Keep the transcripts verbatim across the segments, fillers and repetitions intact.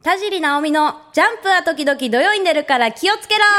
田尻直美のジャンプは時々土曜に出るから気をつけろ。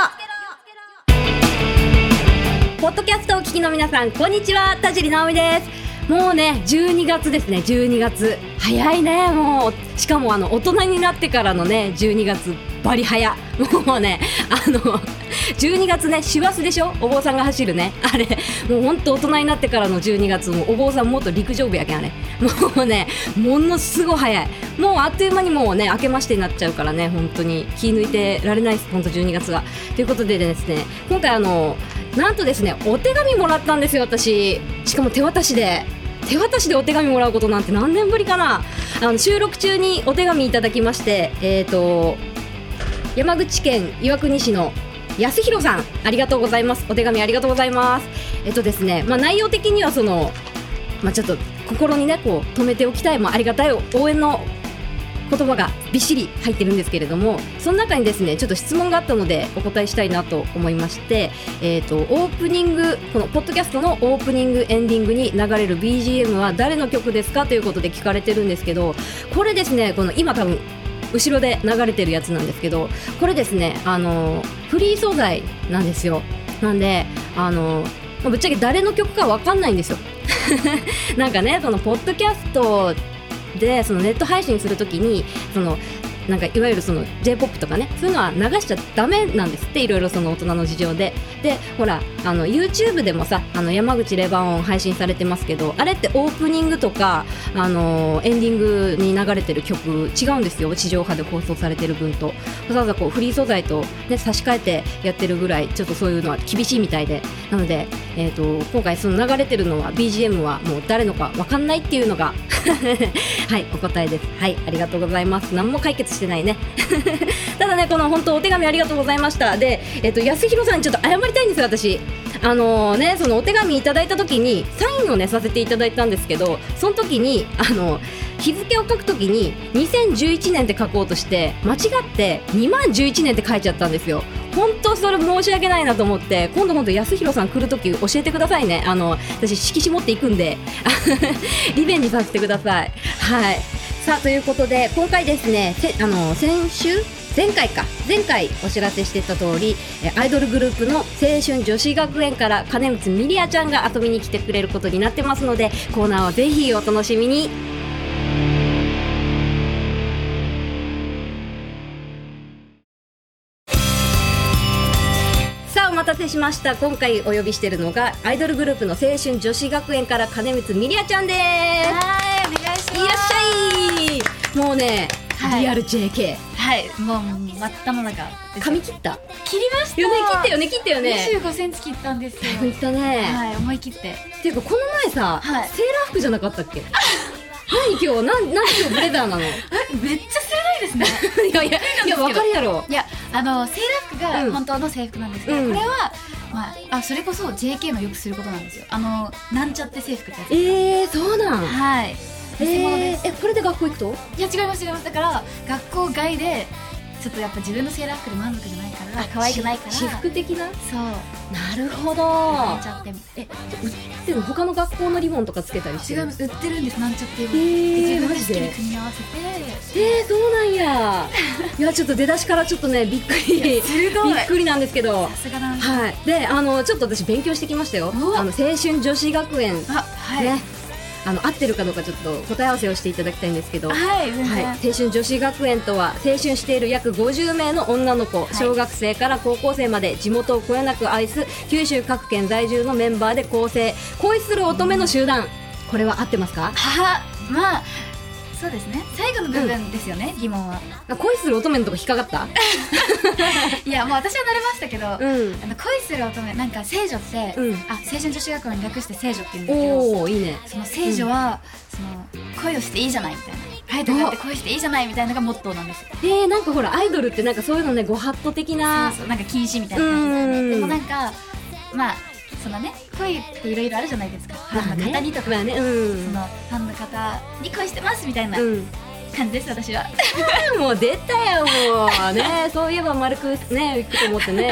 ポッドキャストをお聞きの皆さん、こんにちは。田尻直美です。もうねじゅうにがつですね。じゅうにがつ早いね。もうしかもあの大人になってからのねじゅうにがつバリ早。もうねあのじゅうにがつね師走でしょ。お坊さんが走るねあれ。もうほんと大人になってからのじゅうにがつ、もうお坊さんもっと陸上部やけんあれ。もうねものすごい早い。もうあっという間にもうね明けましてになっちゃうからね、本当に気抜いてられないです。本当じゅうにがつがということでですね、今回あのなんとですねお手紙もらったんですよ私。しかも手渡しで手渡しでお手紙もらうことなんて何年ぶりかな。あの収録中にお手紙いただきまして、えーと山口県岩国市の安弘さん、ありがとうございます。お手紙ありがとうございます。えっとですね、まあ、内容的にはその、まあ、ちょっと心にねこう留めておきたい、まあ、ありがたい応援の言葉がびっしり入ってるんですけれども、その中にですねちょっと質問があったのでお答えしたいなと思いまして、えーとオープニング、このポッドキャストのオープニングエンディングに流れる ビージーエム は誰の曲ですかということで聞かれてるんですけど、これですね、この今多分後ろで流れてるやつなんですけど、これですねあのフリー素材なんですよ。なんであのぶっちゃけ誰の曲か分かんないんですよなんかねそのポッドキャストでそのネット配信するときにそのなんかいわゆるその J-ポップ とかねそういうのは流しちゃダメなんですって、いろいろその大人の事情で。でほらあの YouTube でもさあの山口レバーオン配信されてますけど、あれってオープニングとかあのエンディングに流れてる曲違うんですよ。地上波で放送されてる分とわざわざこうフリー素材と、ね、差し替えてやってるぐらいちょっとそういうのは厳しいみたいで、なので、えーと今回その流れてるのは ビージーエム はもう誰のか分かんないっていうのがはいお答えです。はいありがとうございます。何も解決してないねただねこの本当お手紙ありがとうございました。で、えっと、安弘さんにちょっと謝りたいんですよ私。あのー、ねそのお手紙いただいた時にサインをねさせていただいたんですけど、その時にあの日付を書く時ににせんじゅういちねんって書こうとして間違ってにまんじゅういちねんって書いちゃったんですよ。本当それ申し訳ないなと思って、今度本当安弘さん来る時教えてくださいね。あの私色紙持っていくんでリベンジさせてください。はいさあということで今回ですね、あの先週前回か前回お知らせしてた通りアイドルグループの青春女子学園から金光ミリアちゃんが遊びに来てくれることになってますので、コーナーはぜひお楽しみに。さあお待たせしました。今回お呼びしているのがアイドルグループの青春女子学園から金光ミリアちゃんです。 はいお願いします。 いらっしゃい。もうね、はい、リアル ジェーケー。 はい、もう真っただ中です。 髪切った？ 切りましたよね。切ったよね切ったよね。 にじゅうごセンチ切ったんですよ。 切ったね。 はい思い切って。 っていうかこの前さ、はい、セーラー服じゃなかったっけ？何今日なんなん今日ブレザーなの？ めっちゃ鋭いですね。 いやいやいや分かるやろ。 いやあのセーラー服が本当の制服なんですけど、うん、これはまあ、あそれこそ ジェーケー のよくすることなんですよ。あのなんちゃって制服ってやつ。 えーそうなん。 はい。 えー、えこれで学校行くと？ いや違います違います。だから学校外でちょっとやっぱ自分のセーラー服で満足じゃないから可愛くないから私服的な。 そうなるほど。 なんちゃってえ売ってるの？他の学校のリボンとかつけたりしてる？ 違います、売ってるんです。なんちゃって、 えー、 自分で好きに組み合わせて。 えーそうなんやいやちょっと出だしからちょっとねびっくりすごいびっくりなんですけど、 さすがなんです。 はいであのちょっと私勉強してきましたよ。あの青春女子学園あはいね、あの合ってるかどうかちょっと答え合わせをしていただきたいんですけど、 はい、 はい、青春女子学園とは青春している約ごじゅうめいの女の子、はい、小学生から高校生まで地元をこよなく愛す九州各県在住のメンバーで構成、恋する乙女の集団。これは合ってますか？ はまあそうですね、最後の部分ですよね、うん、疑問は。 恋する乙女のとこ引っかかったいやもう私は慣れましたけど、うん、あの恋する乙女なんか聖女って、うん、あ青春女子学園に略して聖女って言うんですけど、 おーいいね。 その聖女は、うん、その恋をしていいじゃないみたいな、ハイとかって恋していいじゃないみたいなのがモットーなんですよ。 えー、なんかほらアイドルってなんかそういうのねご法度的な、 そうそうなんか禁止みたいな感じですよね。でもなんかまあそのね恋っていろいろあるじゃないですか。ファンの方にとか、まあねうん、そのファンの方に恋してますみたいな感じです、うん、私は。 もう出たよもうねそういえば丸くね行くと思ってね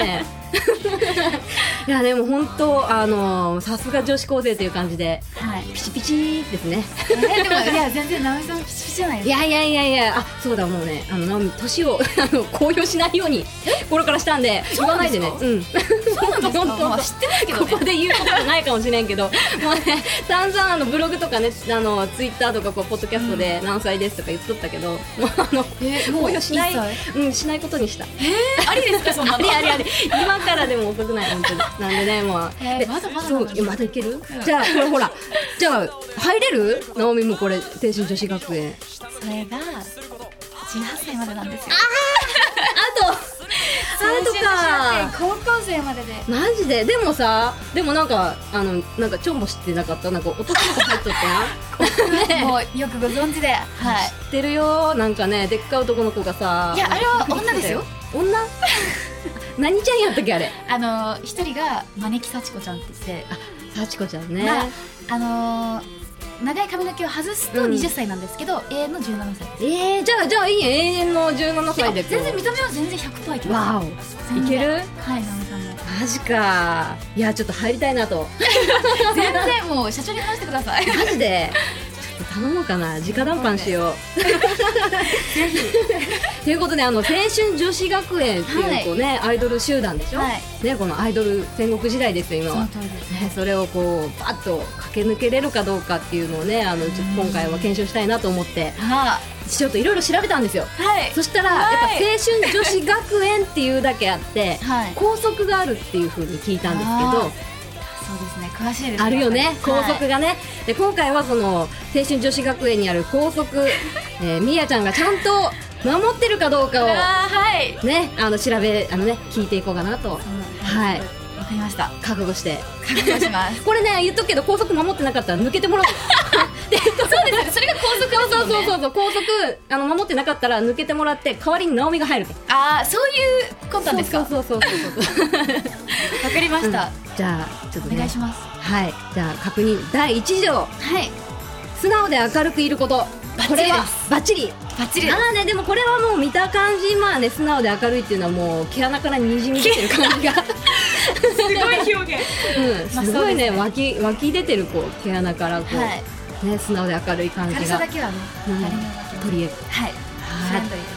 いやでも本当あのさすが女子高生という感じで、 はい、 ピチピチですね。 えー、でもいや全然直美さんピチピチじゃないですか。 いやいやいやいや、あそうだもうねあの直美年をあの公表しないように心からしたんで言わないでね。うん。 そうなんですか。まあ、知ってますけどね。 ここで言うことじゃないかもしれんけど、もうね散々あのブログとかねあのツイッターとかこうポッドキャストで何歳ですとか言っとったけど、もうあの、えー、公表しないうんしないことにした。 えー、ありですかそんなの。 ありありあり。今からでも遅くない本当に。なんでねもう。 えー、まだまだそうまだいける？じゃあこれほらじゃあ入れる？直美もこれ青春女子学園。 それがじゅうはっさいまでなんですよ。 ああとあとか高校生までで。 マジで？でもさでもなんかあのなんかチョンも知ってなかった？なんか男の子入っとったやん。 もうよくご存知で、はい、 知ってるよ。なんかねでっかい男の子がさ、 いやあれは女ですよ。 女？何ちゃんやったっけあれ？ あの一人が招き幸子ちゃんって言って、 あ幸子ちゃんね、 まあ、あのー長い髪の毛を外すとはたちなんですけど、うん、永遠のじゅうななさいです。 えー、じゃあじゃあいい永遠のじゅうななさいで全然見た目は全然 ひゃくパーセント いけます。 わおいける？ はい、直美さんもマジか。いやちょっと入りたいなと。 全然もう社長に話してください。 マジでちょっと頼もうかな。直談判しよう。ぜひということであの青春女子学園っていうこう、ね、アイドル集団でしょ、はいね、このアイドル戦国時代ですよ今は。 そ, ね、それをこうバッと駆け抜けれるかどうかっていうのをねあのちょっと今回は検証したいなと思って、はあ、ちょっといろいろ調べたんですよ、はい、そしたら、はい、やっぱ青春女子学園っていうだけあって、はい、校則があるっていう風に聞いたんですけど、 そうですね、詳しいですね。 あるよね、校則がね、はい、で今回はその青春女子学園にある校則、えー、みやちゃんがちゃんと守ってるかどうかを、はい、ね、あの調べあのね聞いていこうかなと、うん、はい、わかりました。 覚悟して覚悟しますこれね言っとくけど校則守ってなかったら抜けてもらうでそうですよね、それが校則ですもんね。 そうそうそうそう校則あの守ってなかったら抜けてもらって代わりに直美が入ると。 ああそういうことなんですか。 そうそうそうそうそうわかりました、 うん、じゃあちょっと、ね、 お願いします。 はい、じゃあ確認だいいち条、はい、素直で明るくいること。これはバッチリバッチリです。 あーね、でもこれはもう見た感じまあね素直で明るいっていうのはもう毛穴からにじみ出てる感じがすごい表現、 うん、すごいね、湧き湧き出てるこう毛穴からこう、はい、ね、素直で明るい感じが軽さだけはね、 うん、取り柄。はい、 フレンドリーです。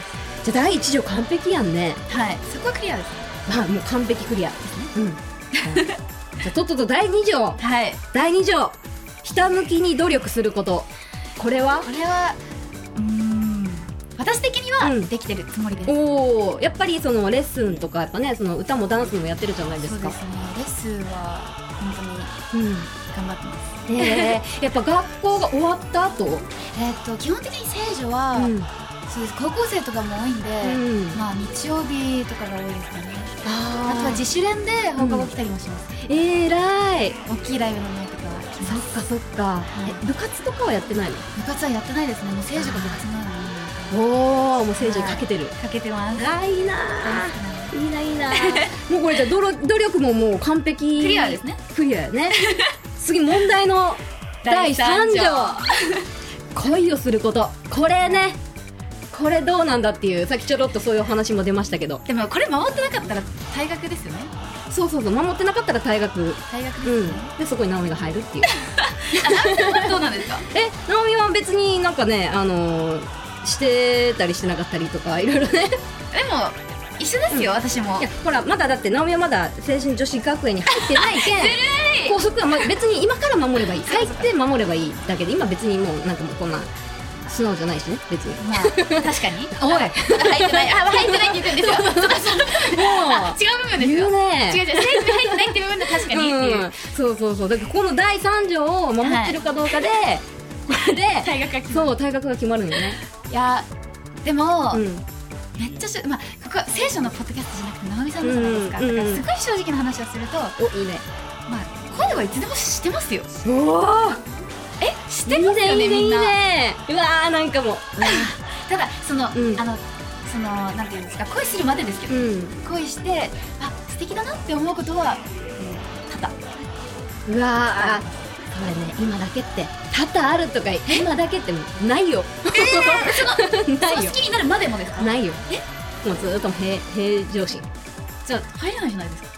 じゃあだいいち条完璧やんね。 はい、そこはクリアですね。 まあもう完璧クリアですね。うん。じゃあとっととだいに条。はい。だいに条、ひたむきに努力すること。これは？ これはうーん、私的にはできてるつもりです。 うん、おお、やっぱりそのレッスンとかやっぱね、その歌もダンスもやってるじゃないですか。 そうですね。レッスンは本当に、うん、頑張ってます。 えー、やっぱ学校が終わった後、 えっと基本的に聖女は、うん、そうです、高校生とかも多いんで、うん、まあ日曜日とかが多いですかね。あ, あとは自主練で放課後来たりもします。 うん、えー、らい。 大きいライブの前とかは来ます。 そっかそっか、はい、え部活とかはやってないの？ 部活はやってないですね。もう聖女が別なのに。 おお、もう聖女にかけてる。 かけてます。 あ、いいなー、いいないいなもうこれじゃあ努力ももう完璧クリアですね。 クリアやね次問題のだいさん条恋をすること。これね、これどうなんだっていう、さっきちょろっとそういう話も出ましたけど、 でもこれ守ってなかったら退学ですよね。 そうそうそう、守ってなかったら退学。 退学ですね、うん、 でそこに直美が入るっていうあ、直美さんはどうなんですか？ え、直美は別になんかね、あのー、してたりしてなかったりとかいろいろねでも一緒ですよ、うん、私も。 いやほらまだだって直美はまだ青春女子学園に入ってないけん校則は、ま、別に今から守ればいい、入って守ればいいだけで、今別にもうなんかもうこんな素直じゃないしね、別に。 まあ確かにおい入ってない、あ、入ってないって言ってるんですよもう違う部分ですよ。 言うね。 違う違う、生徒に入ってないって部分で確かにっていう、うん、 そうそうそう、だからこのだいさん条を守ってるかどうかで、はい、これで退学が決まる。そう、退学が決まるんよね。 いやでも、うん、めっちゃし、まあ、ここは聖書のポッドキャストじゃなくて直美さんのじゃないですか、うんうん、だからすごい正直な話をすると、 お、いいね、 まあ、声はいつでもしてますよ。 おお、 え、してますよね、 いいね、 みんな。 いいね、うわー、なんかもうただその、うん、あのそのなんていうんですか、恋するまでですけど、うん、恋してあ、素敵だなって思うことは、うん、多々。 うわー、それね、今だけって多々あるとか今だけってないよ。 えー、そのないよ。その好きになるまでもですか？ ないよ。え、もうずっと平平常心。 じゃあ入れないじゃないですか。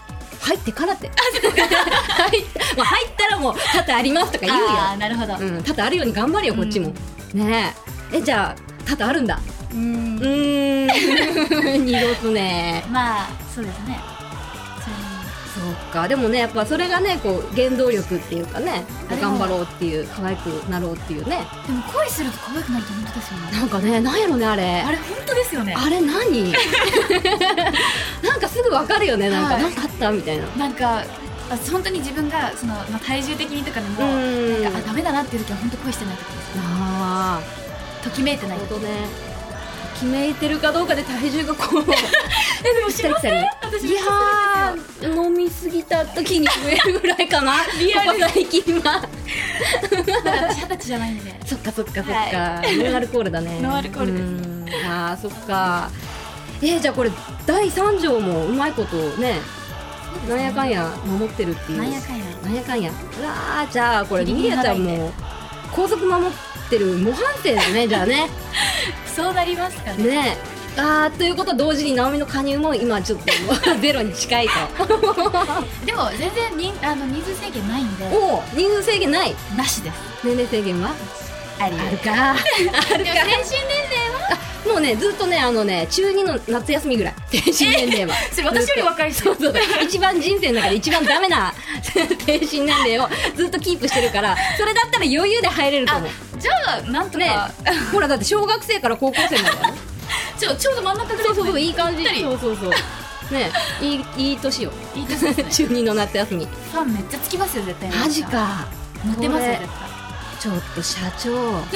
入ってからって入った、まあ、入ったらもう多々ありますとか言うよ。 あなるほど、 うん、多々あるように頑張るよこっちも、うん、ねええじゃあ多々あるんだ。 うーんうーん濁すね。 まあそうですね。 そうか。でもねやっぱそれがねこう原動力っていうかね頑張ろうっていう可愛くなろうっていうね。 でも恋すると可愛くなると本当ですよね。 なんかねなんやろねあれあれ本当ですよね。 あれ何なんかすぐ分かるよね。なんか、はい、なんかあったみたいな。 なんか本当に自分がその、まあ、体重的にとかでもなんかあダメだなっていう時は本当恋してない時です。 ああときめいてない。 なるほどね。ときめいてるかどうかで体重がこうえでもしません？私いやー飲みすぎた時に増えるぐらいかなリアル最近は私二十歳じゃないんで。 そっかそっかそっか、はい、ノンアルコールだね。 ノンアルコールです。 あーそっか。えー、じゃあこれだいさん条もうまいことねなんやかんや守ってるっていう。 なんやかんやなんやかんや。うわーじゃあこれミリアちゃんも高速守ってる模範生だねじゃあねそうなりますかね。 ねあーということは同時に直美の加入も今ちょっとゼロに近いとでも全然人あの人数制限ないんで。 お人数制限ないなしです。 年齢制限はありあるかあるか。 精神年齢はもうねずっとねあのね中にの夏休みぐらい精神年齢は、 えー、それ私より若い人。 そうそう一番人生の中で一番ダメな精神年齢をずっとキープしてるからそれだったら余裕で入れると思う。 じゃあなんとか、ね、 ほらだって小学生から高校生だからねちょ, ちょうど真ん中ぐらい、ね、 そうそうそういい感じ。そうそうそうねいいいい年よ。 いい年です、ね、 中にの夏休みファンめっちゃつきますよ絶対。 マジか。 持ってますよ絶対。 ちょっと社長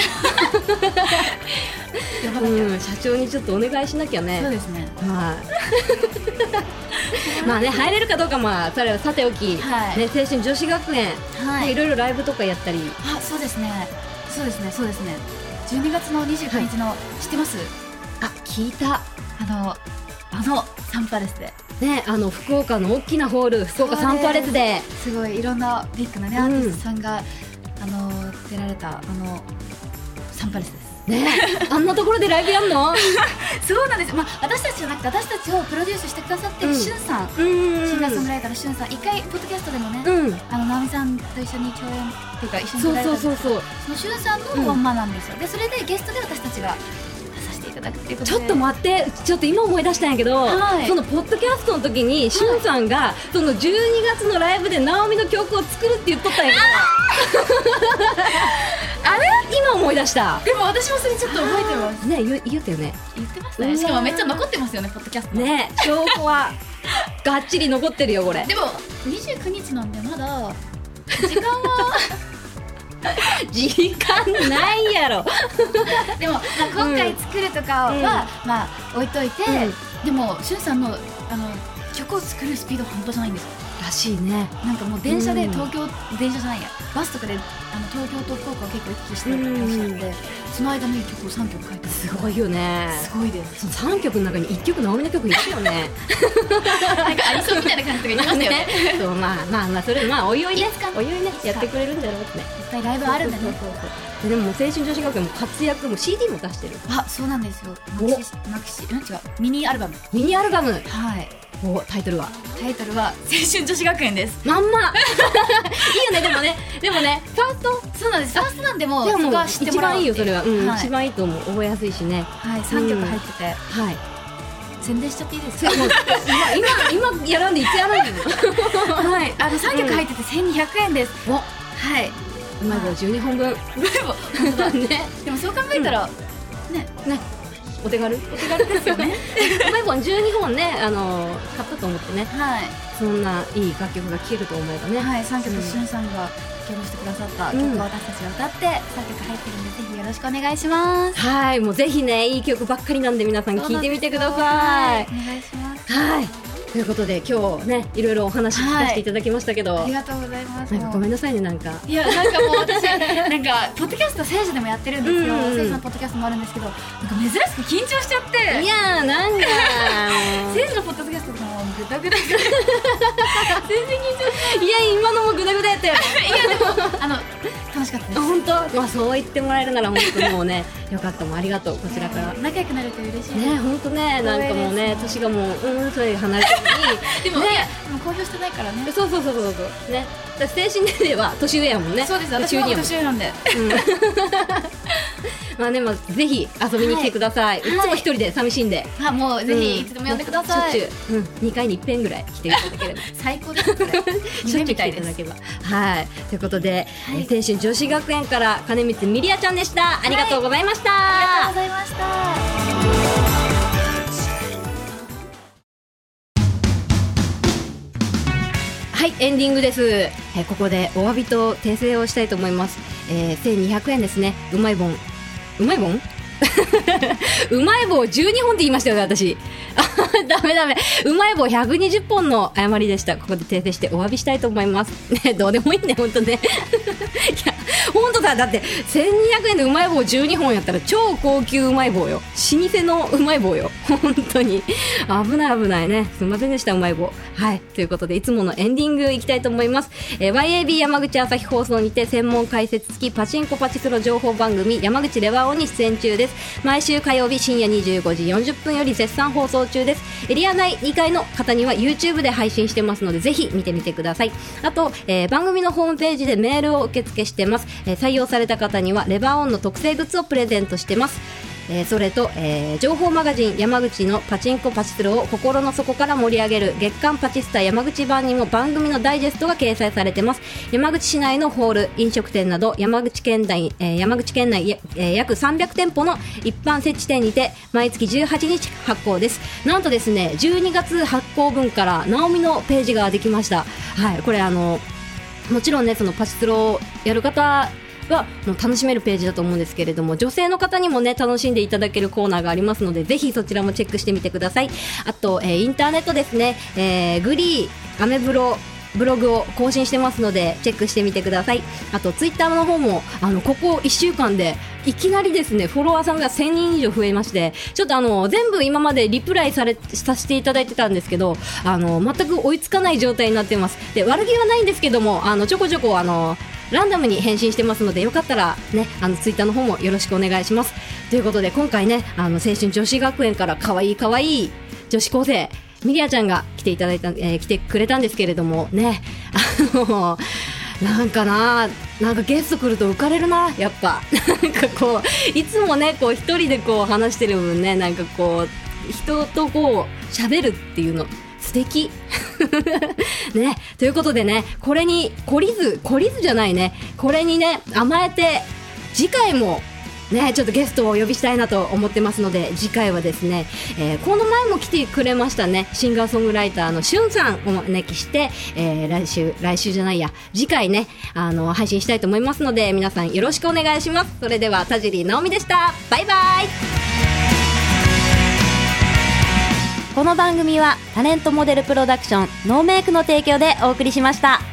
うん、社長にちょっとお願いしなきゃね。 そうですね。 はいまあね入れるかどうかまあそれはさておき、はいね、青春女子学園、はい、いろいろライブとかやったり。 あそうですねそうですねそうですねじゅうにがつのにじゅうくにちの、はい、知ってます？ あ聞いた。 あのあのサンパレスでねあの福岡の大きなホール福岡サンパレスですごいいろんなビッグなね、うん、アーティストさんがあの出られたあのサンパレスですねあんなところでライブやんのそうなんです、まあ、私たちじゃなくて私たちをプロデュースしてくださってるしゅんさん、シンガーソングライターのしゅんさん一回ポッドキャストでもね、うん、あの直美さんと一緒に共演っていうか一緒に撮られたんですけど、そうそうそうそうそのしゅんさんのワンマンなんですよ、うん、でそれでゲストで私たちが出させていただくっていうことで。 ちょっと待ってちょっと今思い出したんやけど、はい、そのポッドキャストの時にしゅんさんが、はい、そのじゅうにがつのライブで直美の曲を作るって言っとったんやけどあれ今思い出した。 でも私もそれちょっと覚えてますね。言, 言ったよね。 言ってましたね。しかもめっちゃ残ってますよねポッドキャストね。証拠はがっちり残ってるよこれ。 でもにじゅうくにちなんでまだ時間は時間ないやろでも、まあ、今回作るとかは、うん、まあ置いといて、うん、でもしゅんさんのあの曲を作るスピード半端じゃないんですよ。 らしいね。 なんかもう電車で東京、うん、電車じゃないやバスとかであの東京と福岡を結構行き来してらっしゃって、うん、その間に曲をさんきょく書いてすごいよね。 すごいです。 そのさんきょくの中にいっきょく直美の曲いるよねなんかありそうみたいな感じとか言いましたよねそうまあまあまあそれまあおいおいねおいおいねやってくれるんだろうってね。 いっぱいライブあるんだね。そうそうそうそうでも青春女子学園も活躍も シーディー も出してる。 あそうなんですよ。マキシマキシうん違うミニアルバムミニアルバムはい。 おタイトルはタイトルは青春女子学園です。 まんまいいよね。でもねでもねファーストそうなんです。ファーストなんでもでももう知って一番いいよそれは、うんはい、 一番いいと思う。覚えやすいしね。 はいさんきょく入ってて、 うん、はい宣伝しちゃっていいですか？ 今今やらんでいつやらんのはいあのさんきょく入っててせんにひゃくえんです。 おはいうまい棒じゅうにほんぶんね。 でもそう考えたら、うん、ねねお手軽お手軽ですよねうまい棒じゅうにほんねあの買ったと思ってね。 はいそんないい楽曲が聴けると思えばね。 はいさんきょくしゅんさんが書き下ろしてくださった曲を私たちが歌ってさんきょく入ってるんでぜひよろしくお願いします。 はいもうぜひねいい曲ばっかりなんで皆さん聴いてみてください。 はい、お願いします。 はいということで今日ねいろいろお話聞かせていただきましたけど、 はい、ありがとうございます。 なんかごめんなさいねなんかいやなんかもう私なんかポッドキャスト聖司でもやってるんですよ。聖司のポッドキャストもあるんですけどなんか珍しく緊張しちゃって。 いやーなんか聖司のポッドキャストもグダグダ全然緊張しない。 いや今のもグダグダやったよいやでもあの楽しかったです。 本当本当、まあ、そう言ってもらえるなら本当もうねよかった、もうありがとう、こちらから、 仲良くなると嬉しいね。本当ね、なんかもうね年がもううんそれ離れてるのにでも、 ね、 いやもう公表してないからね。 そうそうそうそうそうね、だから精神年齢は年上やもんね。 そうです、私も年上なんで、うんまあね、まあ、ぜひ遊びに来てください、はい、いつも一人で寂しいんで、 はい、もうぜひいつでも呼んでください、 うん、しょっちゅう、うん、にかいにいっぺんぐらい来ていただければ最高ですこれしょっちゅう来ていただければ、はい、ということで、はい、青春女子学園から金光みりあちゃんでした。ありがとうございました、 はい、ありがとうございました。 はい、エンディングです。えー、ここでお詫びと訂正をしたいと思います。えー、せんにひゃくえんですね。うまい棒うまい棒うまい棒じゅうにほんって言いましたよね、私ダメダメ、うまい棒ひゃくにじゅっぽんの誤りでした。ここで訂正してお詫びしたいと思いますね。どうでもいいね、ほんとねいやほんとだ、だってせんにひゃくえんでうまい棒じゅうにほんやったら超高級うまい棒よ、老舗のうまい棒よ、本当に危ない危ないね、すみませんでした、うまい棒。はい、ということでいつものエンディングいきたいと思います。えー、ワイエービー 山口朝日放送にて専門解説付きパチンコパチスロ情報番組山口レバーオンに出演中です。毎週火曜日深夜にじゅうごじよんじゅっぷんより絶賛放送中です。エリア内にかいの方には YouTube で配信してますのでぜひ見てみてください。あと、えー、番組のホームページでメールを受付してます。えー、採用された方にはレバーオンの特製グッズをプレゼントしてます。えー、それと、えー、情報マガジン山口のパチンコパチスロを心の底から盛り上げる月刊パチスタ山口版にも番組のダイジェストが掲載されてます。山口市内のホール、飲食店など山口県内、えー、山口県内、えー、約さんびゃくてんぽの一般設置店にて毎月じゅうはちにち発行です。なんとですねじゅうにがつ発行分からナオミのページができました。はい、これあのもちろんねそのパチスロをやる方はもう楽しめるページだと思うんですけれども、女性の方にもね楽しんでいただけるコーナーがありますのでぜひそちらもチェックしてみてください。あと、えー、インターネットですね、えー、グリーアメブロブログを更新してますのでチェックしてみてください。あとツイッターの方もあのここいっしゅうかんでいきなりですねフォロワーさんがせんにん以上増えまして、ちょっとあの全部今までリプライされさせていただいてたんですけど、あの全く追いつかない状態になっています。で悪気はないんですけども、あのちょこちょこあのランダムに返信してますのでよかったらねあのツイッターの方もよろしくお願いします。ということで今回ねあの青春女子学園から可愛い可愛い女子高生ミリアちゃんが来ていただいた、えー、来てくれたんですけれどもね、あのなんかななんかゲスト来ると浮かれるな、やっぱなんかこういつもねこう一人でこう話してる分ね、なんかこう人とこう喋るっていうの素敵ね、ということでねこれに懲りず懲りずじゃないねこれにね甘えて次回もね、ちょっとゲストをお呼びしたいなと思ってますので次回はですね、えー、この前も来てくれましたねシンガーソングライターのしゅんさんをお招きして、えー、来週来週じゃないや次回ねあの配信したいと思いますので皆さんよろしくお願いします。それでは田尻直美でした。バイバイ。この番組はタレントモデルプロダクションノーメイクの提供でお送りしました。